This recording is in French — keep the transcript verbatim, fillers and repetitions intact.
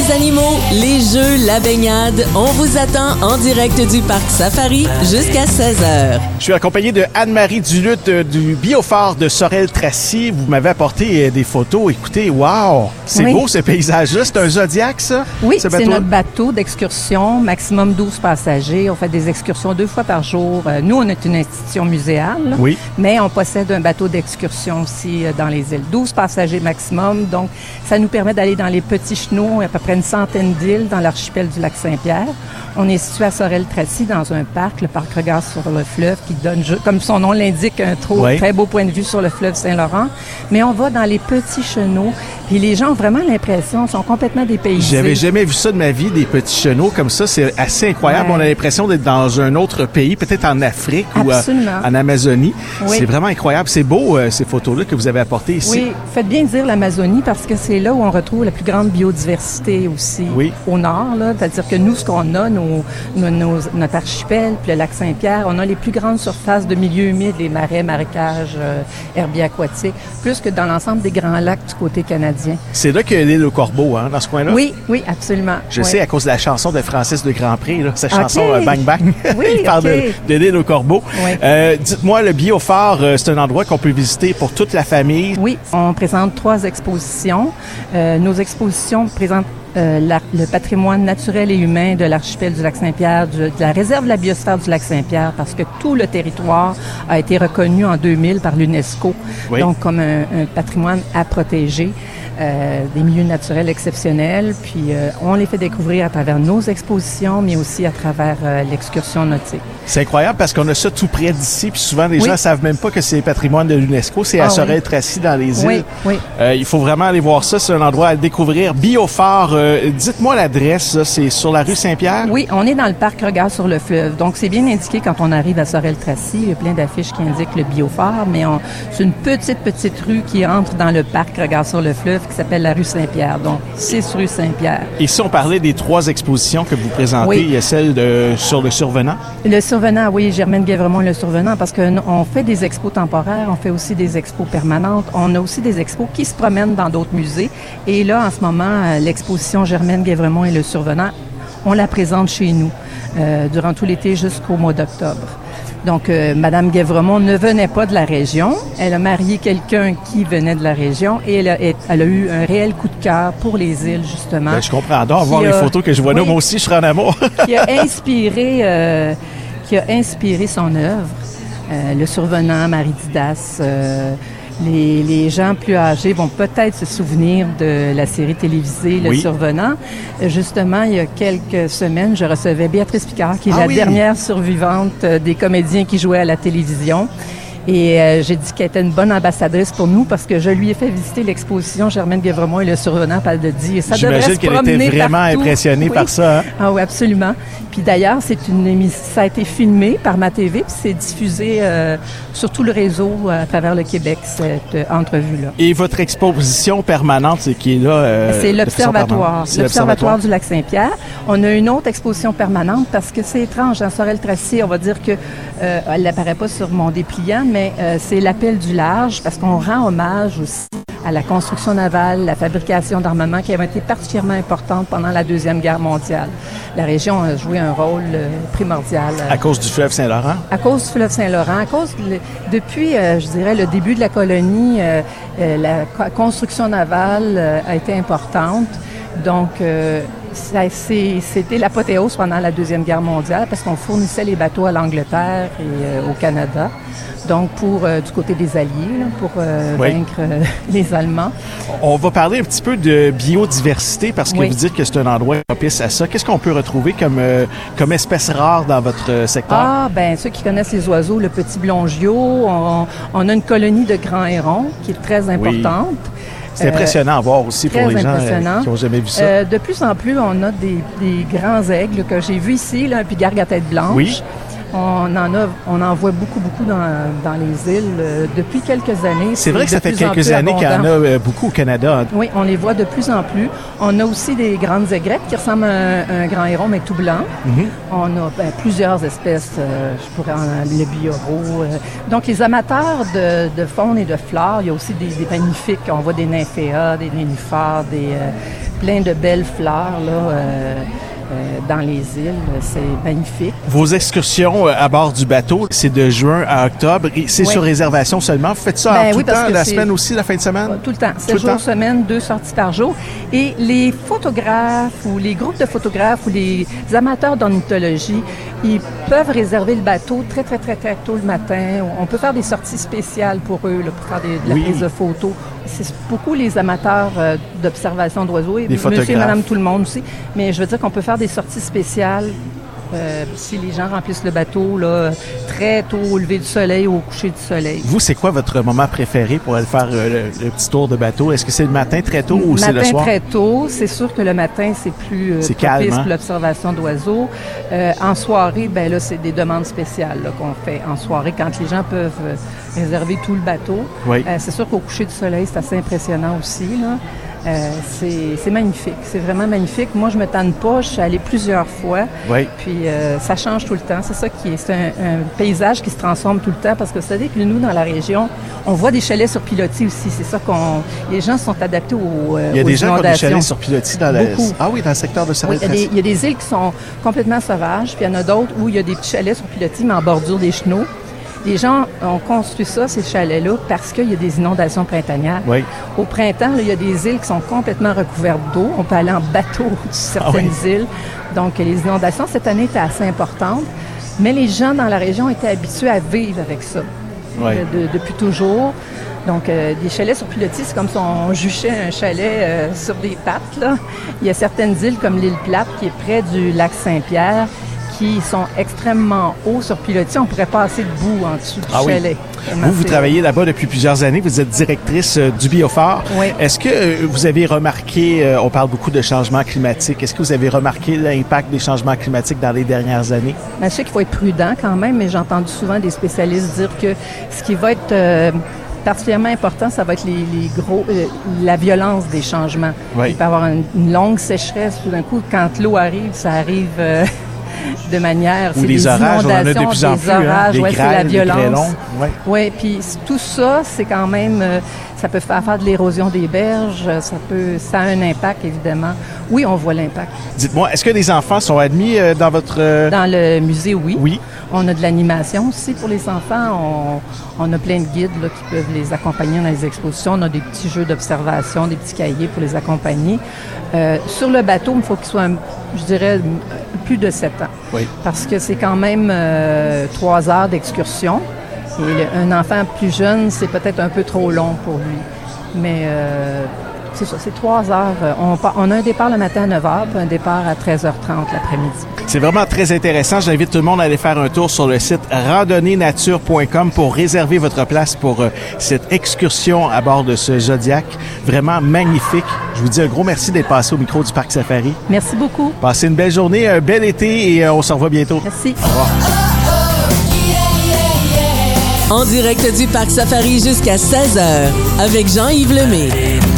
Les animaux, les jeux, la baignade, on vous attend en direct du Parc Safari jusqu'à seize heures. Je suis accompagné de Anne-Marie Duluth euh, du Biophare de Sorel-Tracy. Vous m'avez apporté euh, des photos. Écoutez, wow! C'est oui. beau ce paysage-là. C'est un Zodiac, ça? Oui, ce c'est notre bateau d'excursion, maximum douze passagers. On fait des excursions deux fois par jour. Euh, nous, on est une institution muséale, oui. mais on possède un bateau d'excursion aussi euh, dans les îles. douze passagers maximum, donc ça nous permet d'aller dans les petits chenaux, à peu près une centaine d'îles dans l'archipel du lac Saint-Pierre. On est situé à Sorel-Tracy dans un parc, le parc Regard sur le fleuve, qui donne, comme son nom l'indique, un trop, oui. très beau point de vue sur le fleuve Saint-Laurent. Mais on va dans les petits chenaux, puis les gens ont vraiment l'impression, sont complètement dépaysés. J'avais jamais vu ça de ma vie, des petits chenaux comme ça. C'est assez incroyable. Ouais. On a l'impression d'être dans un autre pays, peut-être en Afrique Absolument. ou euh, en Amazonie. Oui. C'est vraiment incroyable. C'est beau, euh, ces photos-là que vous avez apportées ici. Oui, faites bien dire l'Amazonie parce que c'est là où on retrouve la plus grande biodiversité aussi oui. au nord. Là. C'est-à-dire que nous, ce qu'on a, nos, nos, nos, notre archipel, puis le lac Saint-Pierre, on a les plus grandes surfaces de milieux humides, les marais, marécages, euh, herbiers aquatiques, plus que dans l'ensemble des grands lacs du côté canadien. C'est là qu'il y a l'île au Corbeau, hein, dans ce coin-là? Oui, oui, absolument. Je oui. sais, à cause de la chanson de Francis de Grandpré, là, sa okay. chanson euh, Bang Bang. Oui, Il parle okay. de, de l'île au Corbeau. Oui. Euh, dites-moi, le Biophare, euh, c'est un endroit qu'on peut visiter pour toute la famille? Oui, on présente trois expositions. Euh, nos expositions présentent Euh, la, le patrimoine naturel et humain de l'archipel du lac Saint-Pierre, du, de la réserve de la biosphère du lac Saint-Pierre, parce que tout le territoire a été reconnu en deux mille par l'UNESCO, oui. donc comme un, un patrimoine à protéger. Euh, des milieux naturels exceptionnels, puis euh, on les fait découvrir à travers nos expositions, mais aussi à travers euh, l'excursion nautique. C'est incroyable parce qu'on a ça tout près d'ici, puis souvent les oui. gens ne savent même pas que c'est patrimoine de l'UNESCO, c'est ah, à Sorel-Tracy oui. dans les îles. Oui, oui. Euh, il faut vraiment aller voir ça, c'est un endroit à découvrir. Biophare, euh, dites-moi l'adresse, là, c'est sur la rue Saint-Pierre? Oui, on est dans le parc Regard sur le fleuve, donc c'est bien indiqué quand on arrive à Sorel-Tracy, il y a plein d'affiches qui indiquent le Biophare, mais on, c'est une petite, petite rue qui entre dans le parc Regard sur le fleuve qui s'appelle la rue Saint-Pierre, donc six rue Saint-Pierre. Ici, on parlait des trois expositions que vous présentez. Oui. Il y a celle de, sur le Survenant. Le Survenant, oui, Germaine Guévremont, le Survenant, parce qu'on fait des expos temporaires, on fait aussi des expos permanentes, on a aussi des expos qui se promènent dans d'autres musées. Et là, en ce moment, l'exposition Germaine Guévremont et le Survenant, on la présente chez nous euh, durant tout l'été jusqu'au mois d'octobre. Donc, euh, Madame Guévremont ne venait pas de la région. Elle a marié quelqu'un qui venait de la région et elle a, elle a eu un réel coup de cœur pour les îles, justement. Ben, je comprends. Adore voir a, les photos que je vois oui, là. Moi aussi, je serai en amour. qui a inspiré, euh, qui a inspiré son œuvre. Euh, le Survenant, Marie Didas. Euh, Les, les gens plus âgés vont peut-être se souvenir de la série télévisée Le oui. Survenant. Justement, il y a quelques semaines, je recevais Béatrice Picard, qui est ah, la oui. dernière survivante des comédiens qui jouaient à la télévision. Et euh, j'ai dit qu'elle était une bonne ambassadrice pour nous parce que je lui ai fait visiter l'exposition Germaine Guévremont et le Survenant, puis elle a dit ça devrait se J'imagine promener qu'elle était vraiment partout. impressionnée oui. par ça. Hein? Ah oui, absolument. Puis d'ailleurs, c'est une émission, ça a été filmé par ma T V, puis c'est diffusé euh, sur tout le réseau à travers le Québec, cette euh, entrevue-là. Et votre exposition permanente, c'est qui est là? Euh, c'est l'Observatoire. C'est L'Observatoire du lac Saint-Pierre. On a une autre exposition permanente parce que c'est étrange. En Sorel-Tracy, on va dire que euh, elle n'apparaît pas sur mon dépliant, mais euh, c'est l'appel du large parce qu'on rend hommage aussi à la construction navale, la fabrication d'armements qui avaient été particulièrement importantes pendant la Deuxième Guerre mondiale. La région a joué un rôle euh, primordial. Euh, à cause du fleuve Saint-Laurent? À cause du fleuve Saint-Laurent. À cause de, depuis, euh, je dirais, le début de la colonie, euh, euh, la construction navale euh, a été importante. Donc, euh, ça, c'est, c'était l'apothéose pendant la Deuxième Guerre mondiale parce qu'on fournissait les bateaux à l'Angleterre et euh, au Canada. Donc, pour euh, du côté des Alliés, là, pour euh, oui. vaincre euh, les Allemands. On va parler un petit peu de biodiversité parce que oui. vous dites que c'est un endroit propice à ça. Qu'est-ce qu'on peut retrouver comme, euh, comme espèces rares dans votre secteur? Ah, bien, ceux qui connaissent les oiseaux, le petit blongiot, on, on a une colonie de grands hérons qui est très importante. Oui. C'est impressionnant à voir aussi pour les gens euh, qui n'ont jamais vu ça. Euh, de plus en plus, on a des, des grands aigles que j'ai vus ici, là, un pigargue à tête blanche. Oui. On en a, on en voit beaucoup, beaucoup dans, dans les îles euh, depuis quelques années. C'est vrai que ça fait quelques années qu'il y en a euh, beaucoup au Canada. Oui, on les voit de plus en plus. On a aussi des grandes aigrettes qui ressemblent à un, un grand héron, mais tout blanc. Mm-hmm. On a ben, plusieurs espèces, euh, je pourrais en le bioraux. Euh. Donc, les amateurs de, de faune et de flore, il y a aussi des, des magnifiques. On voit des nymphéas, des nénuphars, des... Euh, plein de belles fleurs, là, euh, Euh, dans les îles. C'est magnifique. Vos excursions à bord du bateau, c'est de juin à octobre et c'est oui. sur réservation seulement. Vous faites ça ben en tout oui, temps, la c'est... semaine aussi, la fin de semaine? Tout le temps. sept jours semaine, deux sorties par jour. Et les photographes ou les groupes de photographes ou les amateurs d'ornithologie, ils peuvent réserver le bateau très, très, très, très tôt le matin. On peut faire des sorties spéciales pour eux, là, pour faire des, de la oui. prise de photos. C'est beaucoup les amateurs euh, d'observation d'oiseaux et monsieur et madame tout le monde aussi. Mais je veux dire qu'on peut faire des sorties spéciales euh, si les gens remplissent le bateau là, très tôt au lever du soleil ou au coucher du soleil. Vous, c'est quoi votre moment préféré pour aller faire euh, le, le petit tour de bateau? Est-ce que c'est le matin très tôt ou c'est le soir? Matin très tôt. C'est sûr que le matin, c'est plus euh, c'est propice calme, hein? pour l'observation d'oiseaux. Euh, en soirée, ben là, c'est des demandes spéciales là, qu'on fait en soirée quand les gens peuvent euh, réserver tout le bateau. Oui. Euh, c'est sûr qu'au coucher du soleil, c'est assez impressionnant aussi, là. Euh, c'est, c'est magnifique, c'est vraiment magnifique. Moi, je me tanne pas, je suis allée plusieurs fois. Oui. Puis euh, ça change tout le temps. C'est ça qui est, c'est un, un paysage qui se transforme tout le temps parce que vous savez que nous, dans la région, on voit des chalets sur pilotis aussi. C'est ça qu'on, les gens sont adaptés aux euh, Il y a aux des gens inondations. qui ont des chalets sur pilotis dans la... Beaucoup. Ah oui, dans le secteur de Sorel. Oui, il, y a des, il y a des îles qui sont complètement sauvages, puis il y en a d'autres où il y a des petits chalets sur pilotis, mais en bordure des chenaux. Les gens ont construit ça, ces chalets-là, parce qu'il y a des inondations printanières. Oui. Au printemps, là, il y a des îles qui sont complètement recouvertes d'eau. On peut aller en bateau sur certaines ah oui. îles. Donc, les inondations, cette année, étaient assez importantes. Mais les gens dans la région étaient habitués à vivre avec ça oui. de, de, depuis toujours. Donc, euh, des chalets sur pilotis, c'est comme si on juchait un chalet euh, sur des pattes, là. Il y a certaines îles, comme l'île Plate, qui est près du lac Saint-Pierre, qui sont extrêmement hauts sur pilotis. On pourrait passer debout en dessous du ah chalet. Oui. Vous, vous travaillez là-bas depuis plusieurs années. Vous êtes directrice euh, du Biophore. Oui. Est-ce que euh, vous avez remarqué, euh, on parle beaucoup de changements climatiques, est-ce que vous avez remarqué l'impact des changements climatiques dans les dernières années? Bien, je sais qu'il faut être prudent quand même, mais j'ai entendu souvent des spécialistes dire que ce qui va être euh, particulièrement important, ça va être les, les gros, euh, la violence des changements. Oui. Il peut y avoir une, une longue sécheresse. Tout d'un coup, quand l'eau arrive, ça arrive... Euh, de manière, ou c'est des des orages, on en a de plus en des plus, orages, hein, ouais, des grêles, c'est la violence. Oui, ouais, puis tout ça, c'est quand même, euh, ça peut faire faire de l'érosion des berges, ça peut, ça a un impact évidemment. Oui, on voit l'impact. Dites-moi, est-ce que les enfants sont admis euh, dans votre... Euh... Dans le musée, oui. Oui. On a de l'animation aussi pour les enfants. On, on a plein de guides là, qui peuvent les accompagner dans les expositions. On a des petits jeux d'observation, des petits cahiers pour les accompagner. Euh, sur le bateau, il faut qu'il soit, je dirais, plus de sept ans. Oui. Parce que c'est quand même euh, trois heures d'excursion. Et le, un enfant plus jeune, c'est peut-être un peu trop long pour lui. Mais euh, c'est ça, c'est trois heures. On, on a un départ le matin à neuf heures, puis un départ à treize heures trente l'après-midi. C'est vraiment très intéressant. J'invite tout le monde à aller faire un tour sur le site randonnée nature point com pour réserver votre place pour euh, cette excursion à bord de ce Zodiac. Vraiment magnifique. Je vous dis un gros merci d'être passé au micro du Parc Safari. Merci beaucoup. Passez une belle journée, un bel été et euh, on se revoit bientôt. Merci. Au revoir. En direct du Parc Safari jusqu'à seize heures avec Jean-Yves Lemay.